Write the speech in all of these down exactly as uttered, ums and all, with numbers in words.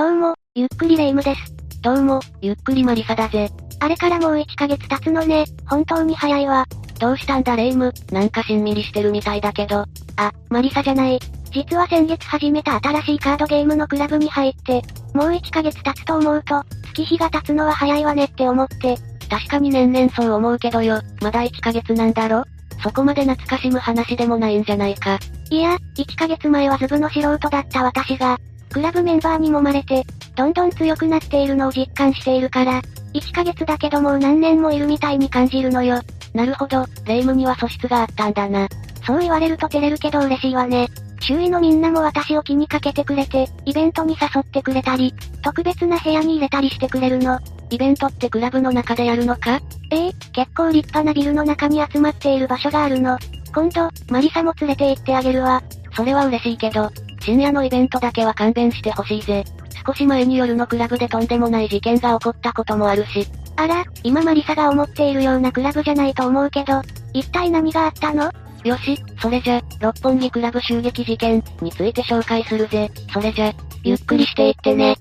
どうも、ゆっくりレ夢ムです。 どうも、ゆっくりマリサだぜ。 あれからもういっかげつ経つのね、本当に早いわ。 どうしたんだレ夢ム、なんかしんみりしてるみたいだけど。 あ、マリサじゃない。実は先月始めた新しいカードゲームのクラブに入って、もういっかげつ経つと思うと、月日が経つのは早いわねって思って。 確かに年々そう思うけどよ、まだいっかげつなんだろ？そこまで懐かしむ話でもないんじゃないか。 いや、いっかげつまえはズブの素人だった私が、クラブメンバーに揉まれて、どんどん強くなっているのを実感しているから、いっかげつだけどもう何年もいるみたいに感じるのよ。 なるほど、レ夢ムには素質があったんだな。 そう言われると照れるけど嬉しいわね。周囲のみんなも私を気にかけてくれて、イベントに誘ってくれたり、特別な部屋に入れたりしてくれるの。 イベントってクラブの中でやるのか？ ええ、結構立派なビルの中に集まっている場所があるの。今度、マリサも連れて行ってあげるわ。 それは嬉しいけど、深夜のイベントだけは勘弁してほしいぜ。少し前に夜のクラブでとんでもない事件が起こったこともあるし。 あら、今マリサが思っているようなクラブじゃないと思うけど、一体何があったの？ よし、それじゃ、六本木クラブ襲撃事件について紹介するぜ。それじゃ、 ゆっくりしていってね。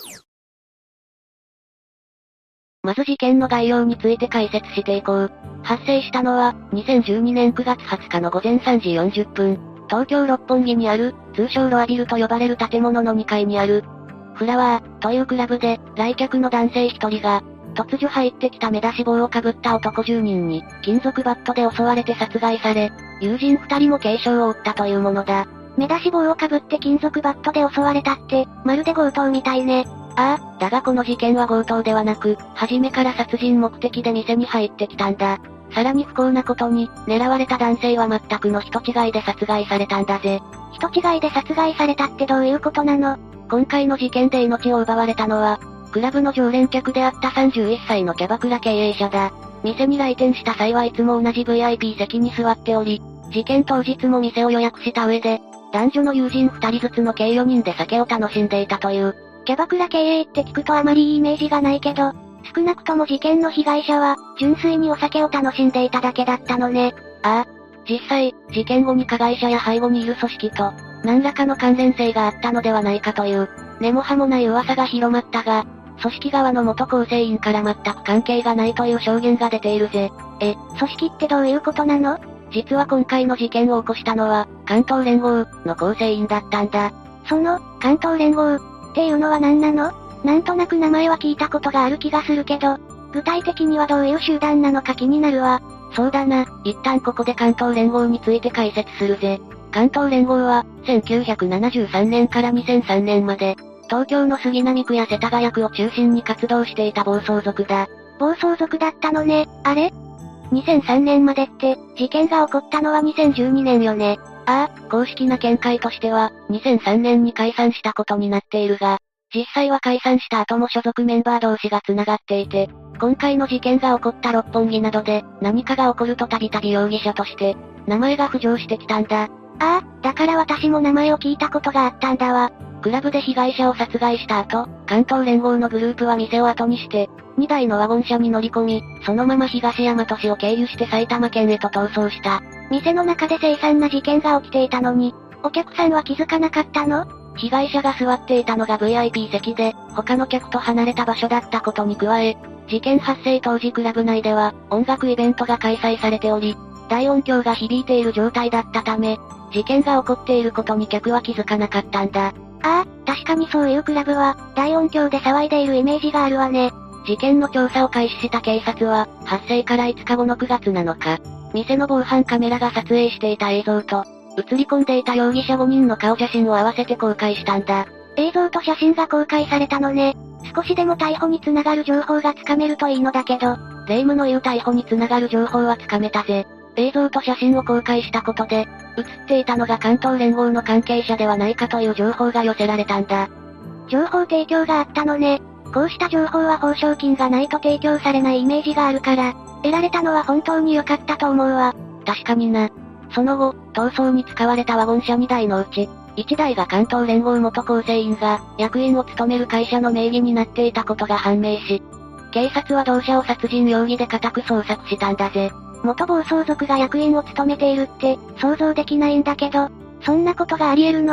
まず事件の概要について解説していこう。発生したのは、にせんじゅうにねんくがつはつかのごぜんさんじよんじゅっぷん。東京六本木にある、通称ロアビルと呼ばれる建物のにかいにある、フラワー、というクラブで、来客の男性ひとりが、突如入ってきた目出し帽をかぶった男じゅうにんに、金属バットで襲われて殺害され、友人ふたりも軽傷を負ったというものだ。 目出し帽をかぶって金属バットで襲われたって、まるで強盗みたいね。 ああ、だがこの事件は強盗ではなく、初めから殺人目的で店に入ってきたんだ。さらに不幸なことに、狙われた男性は全くの人違いで殺害されたんだぜ。 人違いで殺害されたってどういうことなの？ 今回の事件で命を奪われたのは、クラブの常連客であったさんじゅういっさいのキャバクラ経営者だ。店に来店した際はいつも同じ ブイアイピー 席に座っており、事件当日も店を予約した上で、男女の友人ふたりずつの計よにんで酒を楽しんでいたという。 キャバクラ経営って聞くとあまりいいイメージがないけど、少なくとも事件の被害者は、純粋にお酒を楽しんでいただけだったのね。 ああ。実際、事件後に加害者や背後にいる組織と、何らかの関連性があったのではないかという、根も葉もない噂が広まったが、組織側の元構成員から全く関係がないという証言が出ているぜ。 え、組織ってどういうことなの？ 実は今回の事件を起こしたのは、関東連合の構成員だったんだ。 その、関東連合っていうのは何なの？なんとなく名前は聞いたことがある気がするけど、具体的にはどういう集団なのか気になるわ。 そうだな、一旦ここで関東連合について解説するぜ。関東連合は、せんきゅうひゃくななじゅうさんねんからにせんさんねんまで、東京の杉並区や世田谷区を中心に活動していた暴走族だ。 暴走族だったのね、あれ？にせんさんねんまでって、事件が起こったのはにせんじゅうにねんよね。 ああ、公式な見解としては、にせんさんねんに解散したことになっているが、実際は解散した後も所属メンバー同士が繋がっていて、今回の事件が起こった六本木などで、何かが起こるとたびたび容疑者として、名前が浮上してきたんだ。 ああ、だから私も名前を聞いたことがあったんだわ。 クラブで被害者を殺害した後、関東連合のグループは店を後にして、にだいのワゴン車に乗り込み、そのまま東大和市を経由して埼玉県へと逃走した。 店の中で凄惨な事件が起きていたのに、お客さんは気づかなかったの？ 被害者が座っていたのが ブイアイピー 席で、他の客と離れた場所だったことに加え、事件発生当時クラブ内では、音楽イベントが開催されており、大音響が響いている状態だったため、事件が起こっていることに客は気づかなかったんだ。 ああ、確かにそういうクラブは、大音響で騒いでいるイメージがあるわね。 事件の調査を開始した警察は、発生からいつかごのくがつなのか、店の防犯カメラが撮影していた映像と、映り込んでいた容疑者ごにんの顔写真を合わせて公開したんだ。 映像と写真が公開されたのね。少しでも逮捕につながる情報がつかめるといいのだけど、 レ夢ムの言う逮捕につながる情報はつかめたぜ。映像と写真を公開したことで、映っていたのが関東連合の関係者ではないかという情報が寄せられたんだ。 情報提供があったのね。こうした情報は報奨金がないと提供されないイメージがあるから、得られたのは本当に良かったと思うわ。 確かにな。その後、逃走に使われたワゴン車にだいのうち、いちだいが関東連合元構成員が、役員を務める会社の名義になっていたことが判明し、警察は同社を殺人容疑で家宅捜索したんだぜ。 元暴走族が役員を務めているって、想像できないんだけど、そんなことがあり得るの？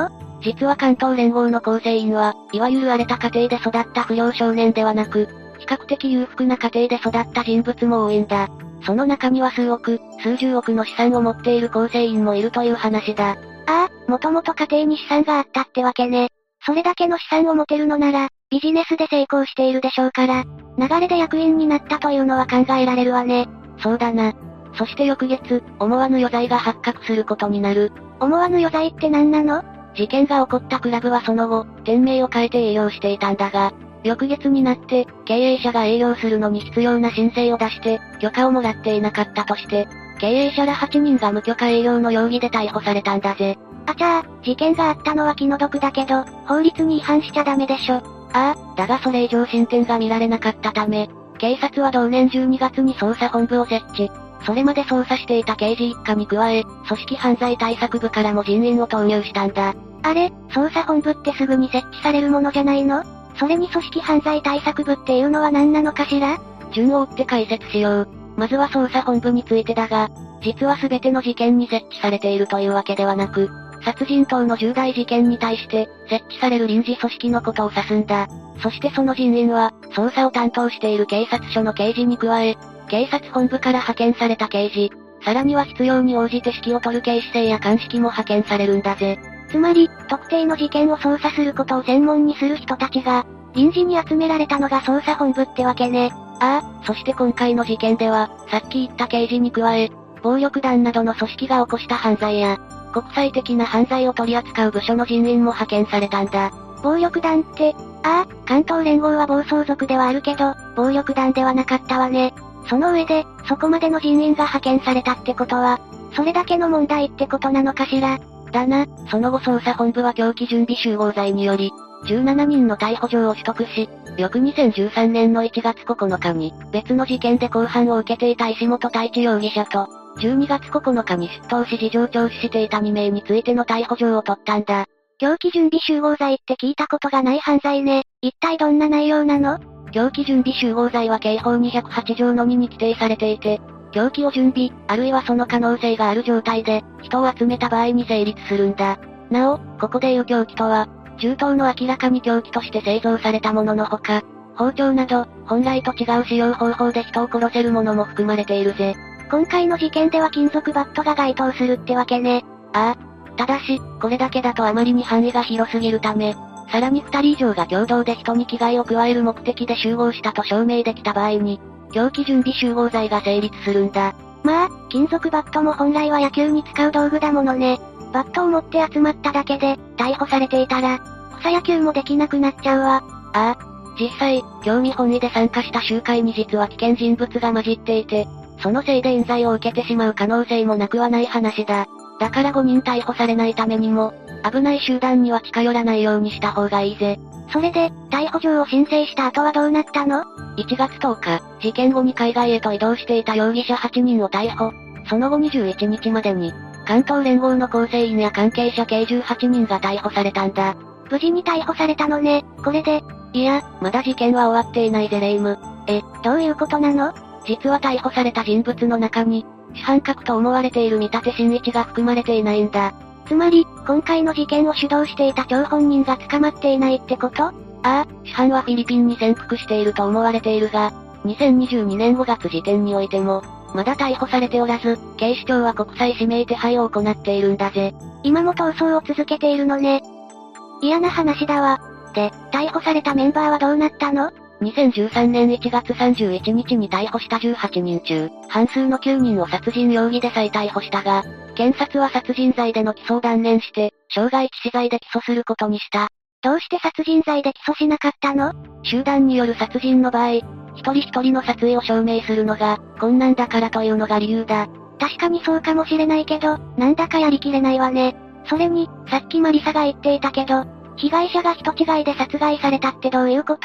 実は関東連合の構成員は、いわゆる荒れた家庭で育った不良少年ではなく、比較的裕福な家庭で育った人物も多いんだ。その中には数億、数十億の資産を持っている構成員もいるという話だ。 ああ、もともと家庭に資産があったってわけね。それだけの資産を持てるのなら、ビジネスで成功しているでしょうから、流れで役員になったというのは考えられるわね。 そうだな。そして翌月、思わぬ余罪が発覚することになる。 思わぬ余罪って何なの？ 事件が起こったクラブはその後、店名を変えて営業していたんだが、翌月になって、経営者が営業するのに必要な申請を出して、許可をもらっていなかったとして、経営者らはちにんが無許可営業の容疑で逮捕されたんだぜ。 あちゃー、事件があったのは気の毒だけど、法律に違反しちゃダメでしょ。 ああ、だがそれ以上進展が見られなかったため、警察は同年じゅうにがつに捜査本部を設置。それまで捜査していた刑事一課に加え、組織犯罪対策部からも人員を投入したんだ。 あれ、捜査本部ってすぐに設置されるものじゃないの？それに組織犯罪対策部っていうのは何なのかしら？ 順を追って解説しよう。まずは捜査本部についてだが、実は全ての事件に設置されているというわけではなく、殺人等の重大事件に対して、設置される臨時組織のことを指すんだ。そしてその人員は、捜査を担当している警察署の刑事に加え、警察本部から派遣された刑事、さらには必要に応じて指揮を取る警視正や鑑識も派遣されるんだぜ。 つまり、特定の事件を捜査することを専門にする人たちが、臨時に集められたのが捜査本部ってわけね。 ああ、そして今回の事件では、さっき言った刑事に加え、暴力団などの組織が起こした犯罪や、国際的な犯罪を取り扱う部署の人員も派遣されたんだ。 暴力団って、ああ、関東連合は暴走族ではあるけど、暴力団ではなかったわね。その上で、そこまでの人員が派遣されたってことは、それだけの問題ってことなのかしら。 だな、その後捜査本部は凶器準備集合罪により、じゅうななにんの逮捕状を取得し、翌にせんじゅうさんねんのいちがつここのかに、別の事件で公判を受けていた石本太一容疑者と、じゅうにがつここのかに出頭し事情聴取していたにめいについての逮捕状を取ったんだ。 凶器準備集合罪って聞いたことがない犯罪ね。一体どんな内容なの？ 凶器準備集合罪は刑法にひゃくはちじょうのにに規定されていて、凶器を準備、あるいはその可能性がある状態で、人を集めた場合に成立するんだ。なお、ここでいう凶器とは、銃刀の明らかに凶器として製造されたもののほか、包丁など、本来と違う使用方法で人を殺せるものも含まれているぜ。 今回の事件では金属バットが該当するってわけね。 ああ。ただし、これだけだとあまりに範囲が広すぎるため、さらに二人以上が共同で人に危害を加える目的で集合したと証明できた場合に、凶器準備集合罪が成立するんだ。 まあ、金属バットも本来は野球に使う道具だものね。バットを持って集まっただけで、逮捕されていたら、草野球もできなくなっちゃうわ。 ああ。実際、興味本位で参加した集会に実は危険人物が混じっていて、そのせいで冤罪を受けてしまう可能性もなくはない話だ。だからごにん逮捕されないためにも、危ない集団には近寄らないようにした方がいいぜ。 それで、逮捕状を申請した後はどうなったの？ いちがつとおか、事件後に海外へと移動していた容疑者はちにんを逮捕。その後にじゅういちにちまでに、関東連合の構成員や関係者計じゅうはちにんが逮捕されたんだ。 無事に逮捕されたのね、これで。 いや、まだ事件は終わっていないぜレイム。 え、どういうことなの？ 実は逮捕された人物の中に、主犯格と思われている見立真一が含まれていないんだ。 つまり、今回の事件を主導していた張本人が捕まっていないってこと？ああ、主犯はフィリピンに潜伏していると思われているが、にせんにじゅうにねんごがつ時点においても、まだ逮捕されておらず、警視庁は国際指名手配を行っているんだぜ。 今も逃走を続けているのね。嫌な話だわ。で、逮捕されたメンバーはどうなったの？ にせんじゅうさんねんいちがつさんじゅういちにちに逮捕したじゅうはちにん中、半数のきゅうにんを殺人容疑で再逮捕したが、検察は殺人罪での起訴を断念して、傷害致死罪で起訴することにした。 どうして殺人罪で起訴しなかったの？ 集団による殺人の場合、一人一人の殺意を証明するのが、困難だからというのが理由だ。 確かにそうかもしれないけど、なんだかやりきれないわね。それに、さっきマリサが言っていたけど、被害者が人違いで殺害されたってどういうこと？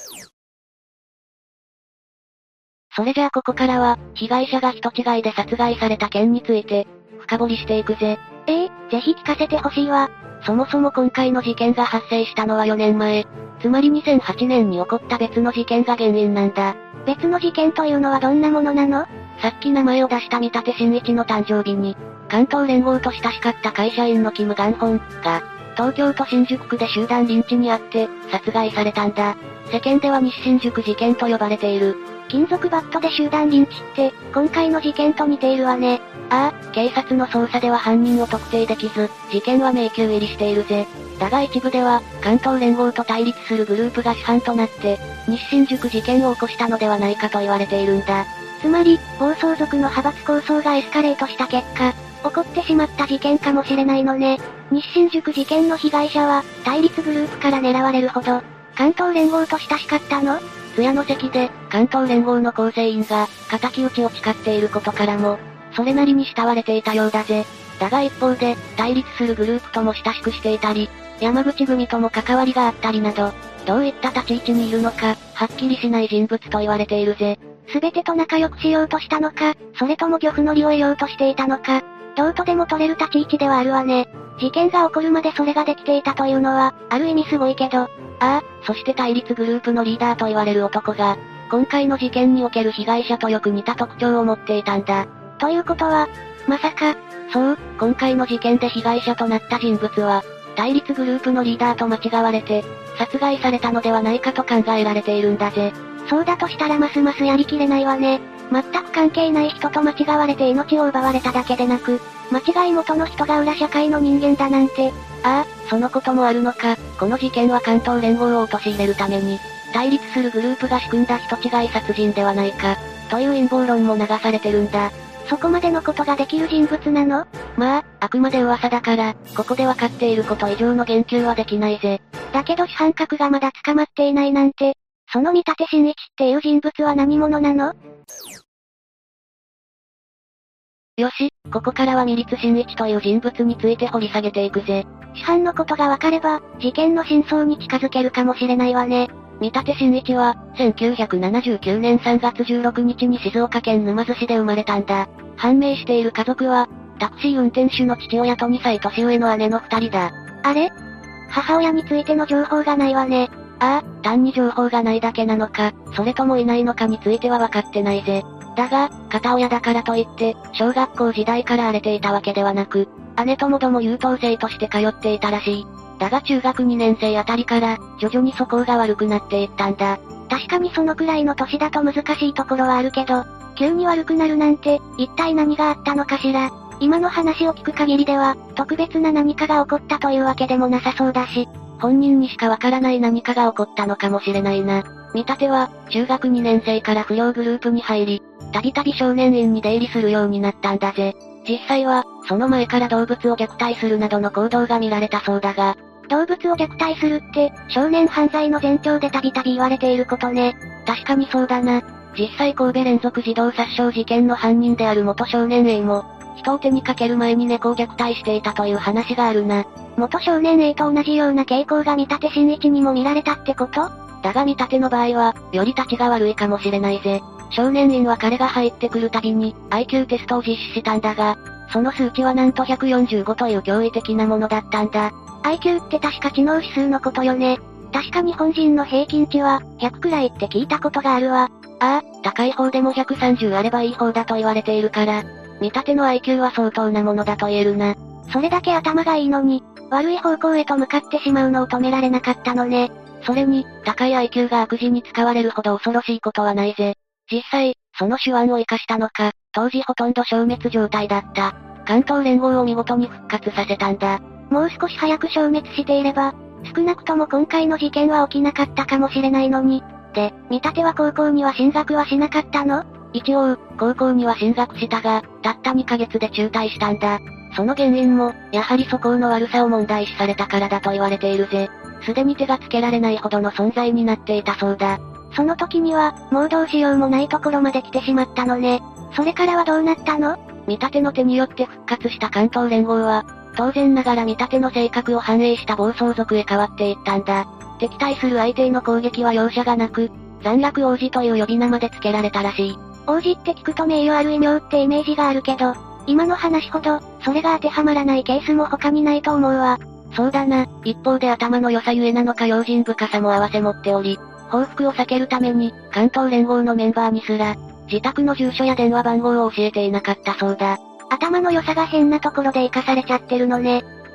それじゃあここからは、被害者が人違いで殺害された件について、深掘りしていくぜ。 ええ、ぜひ聞かせてほしいわ。 そもそも今回の事件が発生したのはよねんまえ。つまりにせんはちねんに起こった別の事件が原因なんだ。 別の事件というのはどんなものなの？ さっき名前を出した見立真一の誕生日に、関東連合と親しかった会社員のキム・ガンホンが、 東京都新宿区で集団リンチにあって、殺害されたんだ。世間では西新宿事件と呼ばれている。 金属バットで集団リンチって、今回の事件と似ているわね。 ああ、警察の捜査では犯人を特定できず、事件は迷宮入りしているぜ。だが一部では、関東連合と対立するグループが主犯となって、西新宿事件を起こしたのではないかと言われているんだ。 つまり、暴走族の派閥抗争がエスカレートした結果、起こってしまった事件かもしれないのね。西新宿事件の被害者は、対立グループから狙われるほど、関東連合と親しかったの？ 通夜の席で、関東連合の構成員が、仇討ちを誓っていることからも、それなりに慕われていたようだぜ。だが一方で、対立するグループとも親しくしていたり、山口組とも関わりがあったりなど、どういった立ち位置にいるのか、はっきりしない人物と言われているぜ。 すべてと仲良くしようとしたのか、それとも漁夫の利を得ようとしていたのか、どうとでも取れる立ち位置ではあるわね。事件が起こるまでそれができていたというのは、ある意味すごいけど、ああ、そして対立グループのリーダーと言われる男が、今回の事件における被害者とよく似た特徴を持っていたんだ。 ということは、まさか、 そう、今回の事件で被害者となった人物は、対立グループのリーダーと間違われて、殺害されたのではないかと考えられているんだぜ。 そうだとしたらますますやりきれないわね。全く関係ない人と間違われて命を奪われただけでなく、間違い元の人が裏社会の人間だなんて。 ああ、そのこともあるのか、この事件は関東連合を陥れるために、対立するグループが仕組んだ人違い殺人ではないか、という陰謀論も流されてるんだ。 そこまでのことができる人物なの？ まあ、あくまで噂だから、ここでわかっていること以上の言及はできないぜ。 だけど主犯格がまだ捕まっていないなんて、その見立て真一っていう人物は何者なの？ よし、ここからは三立真一という人物について掘り下げていくぜ。 主犯のことがわかれば、事件の真相に近づけるかもしれないわね。 見立真一は、せんきゅうひゃくななじゅうきゅうねんさんがつじゅうろくにちに静岡県沼津市で生まれたんだ。判明している家族は、タクシー運転手の父親とにさい年上の姉のふたりだ。 あれ？母親についての情報がないわね。 ああ、単に情報がないだけなのか、それともいないのかについては分かってないぜ。だが、片親だからといって、小学校時代から荒れていたわけではなく、姉ともども優等生として通っていたらしい。だが中学にねん生あたりから、徐々に素行が悪くなっていったんだ。 確かにそのくらいの年だと難しいところはあるけど、急に悪くなるなんて、一体何があったのかしら。今の話を聞く限りでは、特別な何かが起こったというわけでもなさそうだし、 本人にしかわからない何かが起こったのかもしれないな。見立ては、中学にねん生から不良グループに入り、たびたび少年院に出入りするようになったんだぜ。実際は、その前から動物を虐待するなどの行動が見られたそうだが、 動物を虐待するって、少年犯罪の前兆でたびたび言われていることね。 確かにそうだな。実際神戸連続児童殺傷事件の犯人である元少年 A も、人を手にかける前に猫を虐待していたという話があるな。 元少年 A と同じような傾向が見立て真一にも見られたってこと？ だが見立ての場合は、より立ちが悪いかもしれないぜ。少年院は彼が入ってくるたびに、アイキュー テストを実施したんだが、その数値はなんとひゃくよんじゅうごという驚異的なものだったんだ。 アイキュー って確か知能指数のことよね。確か日本人の平均値は、ひゃくくらいって聞いたことがあるわ。 ああ、高い方でもひゃくさんじゅうあればいい方だと言われているから、見立ての アイキュー は相当なものだと言えるな。 それだけ頭がいいのに、悪い方向へと向かってしまうのを止められなかったのね。 それに、高い アイキュー が悪事に使われるほど恐ろしいことはないぜ。実際、その手腕を生かしたのか、当時ほとんど消滅状態だった。関東連合を見事に復活させたんだ。 もう少し早く消滅していれば、少なくとも今回の事件は起きなかったかもしれないのに。で、見立ては高校には進学はしなかったの？ 一応、高校には進学したが、たったにかげつで中退したんだ。その原因も、やはり素行の悪さを問題視されたからだと言われているぜ。すでに手がつけられないほどの存在になっていたそうだ。 その時には、もうどうしようもないところまで来てしまったのね。それからはどうなったの？ 見立ての手によって復活した関東連合は、当然ながら見立ての性格を反映した暴走族へ変わっていったんだ。敵対する相手への攻撃は容赦がなく、残落王子という呼び名まで付けられたらしい。 王子って聞くと名誉ある異名ってイメージがあるけど、今の話ほど、それが当てはまらないケースも他にないと思うわ。 そうだな、一方で頭の良さゆえなのか用心深さも併せ持っており、報復を避けるために、関東連合のメンバーにすら、自宅の住所や電話番号を教えていなかったそうだ。 頭の良さが変なところで活かされちゃってるのね。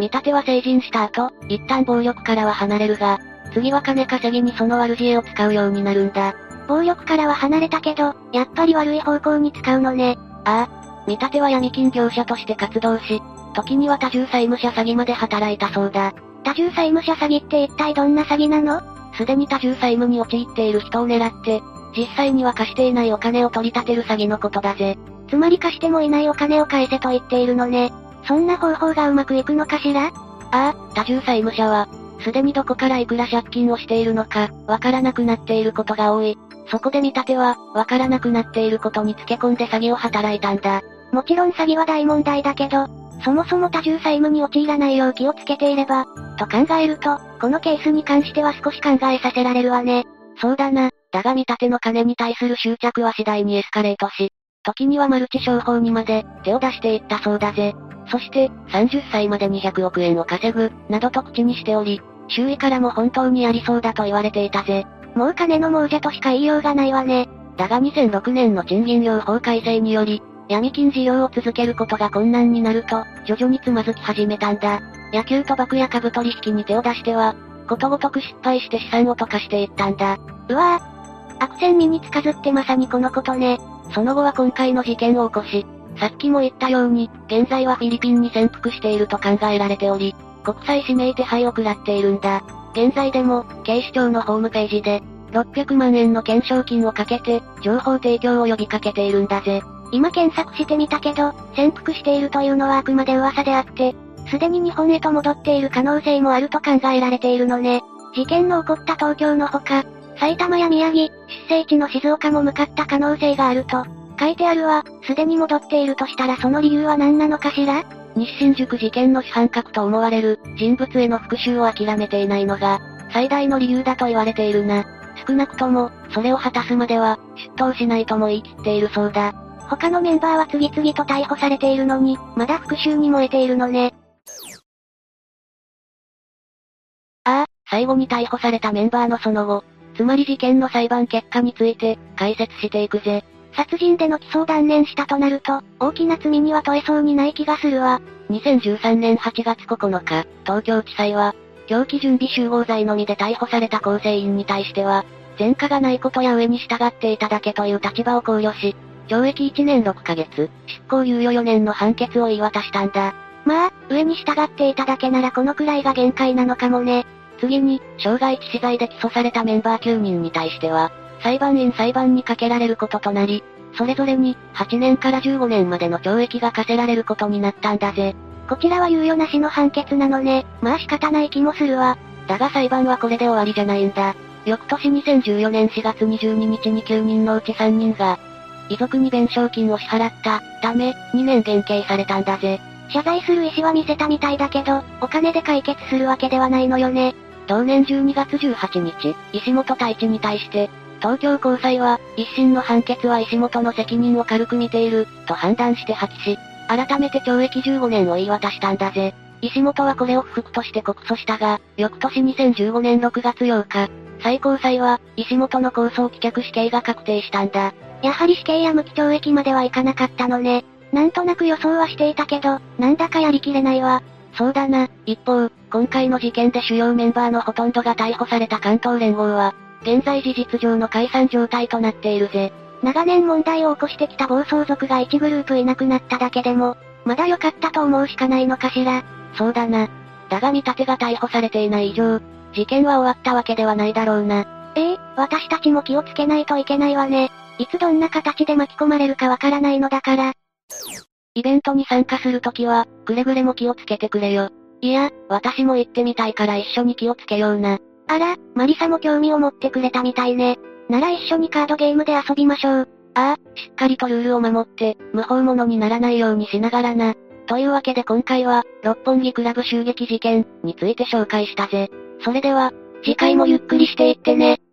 見立ては成人した後、一旦暴力からは離れるが、次は金稼ぎにその悪知恵を使うようになるんだ。 暴力からは離れたけど、やっぱり悪い方向に使うのね。 ああ。見立ては闇金業者として活動し、時には多重債務者詐欺まで働いたそうだ。 多重債務者詐欺って一体どんな詐欺なの？ すでに多重債務に陥っている人を狙って、実際には貸していないお金を取り立てる詐欺のことだぜ。 つまり貸してもいないお金を返せと言っているのね。そんな方法がうまくいくのかしら？ああ、多重債務者は、すでにどこからいくら借金をしているのか、わからなくなっていることが多い。そこで見立ては、わからなくなっていることにつけ込んで詐欺を働いたんだ。 もちろん詐欺は大問題だけど、そもそも多重債務に陥らないよう気をつけていれば、と考えると、このケースに関しては少し考えさせられるわね。 そうだな。だが見立ての金に対する執着は次第にエスカレートし、時にはマルチ商法にまで手を出していったそうだぜ。そして、さんじゅっさいまでにひゃくおくえんを稼ぐ、などと口にしており、周囲からも本当にありそうだと言われていたぜ。 もう金の亡者としか言いようがないわね。 だがにせんろくねんの賃金業法改正により、闇金事業を続けることが困難になると、徐々につまずき始めたんだ。野球賭博や株取引に手を出しては、ことごとく失敗して資産を溶かしていったんだ。 うわぁ。悪戦身につかずってまさにこのことね。 その後は今回の事件を起こし、さっきも言ったように、現在はフィリピンに潜伏していると考えられており、国際指名手配を食らっているんだ。現在でも、警視庁のホームページで、ろっぴゃくまんえんの懸賞金をかけて、情報提供を呼びかけているんだぜ。 今検索してみたけど、潜伏しているというのはあくまで噂であって、すでに日本へと戻っている可能性もあると考えられているのね。事件の起こった東京のほか、埼玉や宮城、出生地の静岡も向かった可能性があると、書いてあるわ。すでに戻っているとしたらその理由は何なのかしら？ 西新宿事件の主犯格と思われる人物への復讐を諦めていないのが、最大の理由だと言われているな。少なくとも、それを果たすまでは、出頭しないとも言い切っているそうだ。 他のメンバーは次々と逮捕されているのに、まだ復讐に燃えているのね。 ああ、最後に逮捕されたメンバーのその後、つまり事件の裁判結果について、解説していくぜ。 殺人での起訴を断念したとなると、大きな罪には問えそうにない気がするわ。 にせんじゅうさんねんはちがつここのか、東京地裁は、凶器準備集合罪のみで逮捕された構成員に対しては、前科がないことや上に従っていただけという立場を考慮し、懲役いちねんろっかげつ、執行猶予よねんの判決を言い渡したんだ。 まあ、上に従っていただけならこのくらいが限界なのかもね。 次に、傷害致死罪で起訴されたメンバーきゅうにんに対しては、裁判員裁判にかけられることとなり、それぞれに、はちねんからじゅうごねんまでの懲役が課せられることになったんだぜ。 こちらは猶予なしの判決なのね。まあ仕方ない気もするわ。 だが裁判はこれで終わりじゃないんだ。翌年にせんじゅうよねんしがつにじゅうににちにきゅうにんのうちさんにんが、遺族に弁償金を支払ったため、にねん減刑されたんだぜ。 謝罪する意思は見せたみたいだけど、お金で解決するわけではないのよね。 同年じゅうにがつじゅうはちにち、石本太一に対して、東京高裁は、一審の判決は石本の責任を軽く見ている、と判断して破棄し、改めて懲役じゅうごねんを言い渡したんだぜ。石本はこれを不服として告訴したが、翌年にせんじゅうごねんろくがつようか、最高裁は、石本の控訴を棄却死刑が確定したんだ。 やはり死刑や無期懲役まではいかなかったのね。なんとなく予想はしていたけど、なんだかやりきれないわ。 そうだな。一方、今回の事件で主要メンバーのほとんどが逮捕された関東連合は、現在事実上の解散状態となっているぜ。 長年問題を起こしてきた暴走族がいちグループいなくなっただけでも、まだ良かったと思うしかないのかしら。 そうだな。だが見立てが逮捕されていない以上、事件は終わったわけではないだろうな。 ええ、私たちも気をつけないといけないわね。いつどんな形で巻き込まれるかわからないのだから。 イベントに参加するときは、くれぐれも気をつけてくれよ。いや、私も行ってみたいから一緒に気をつけような。 あら、マリサも興味を持ってくれたみたいね。なら一緒にカードゲームで遊びましょう。 ああ、しっかりとルールを守って、無法者にならないようにしながらな。というわけで今回は、六本木クラブ襲撃事件について紹介したぜ。それでは、次回もゆっくりしていってね。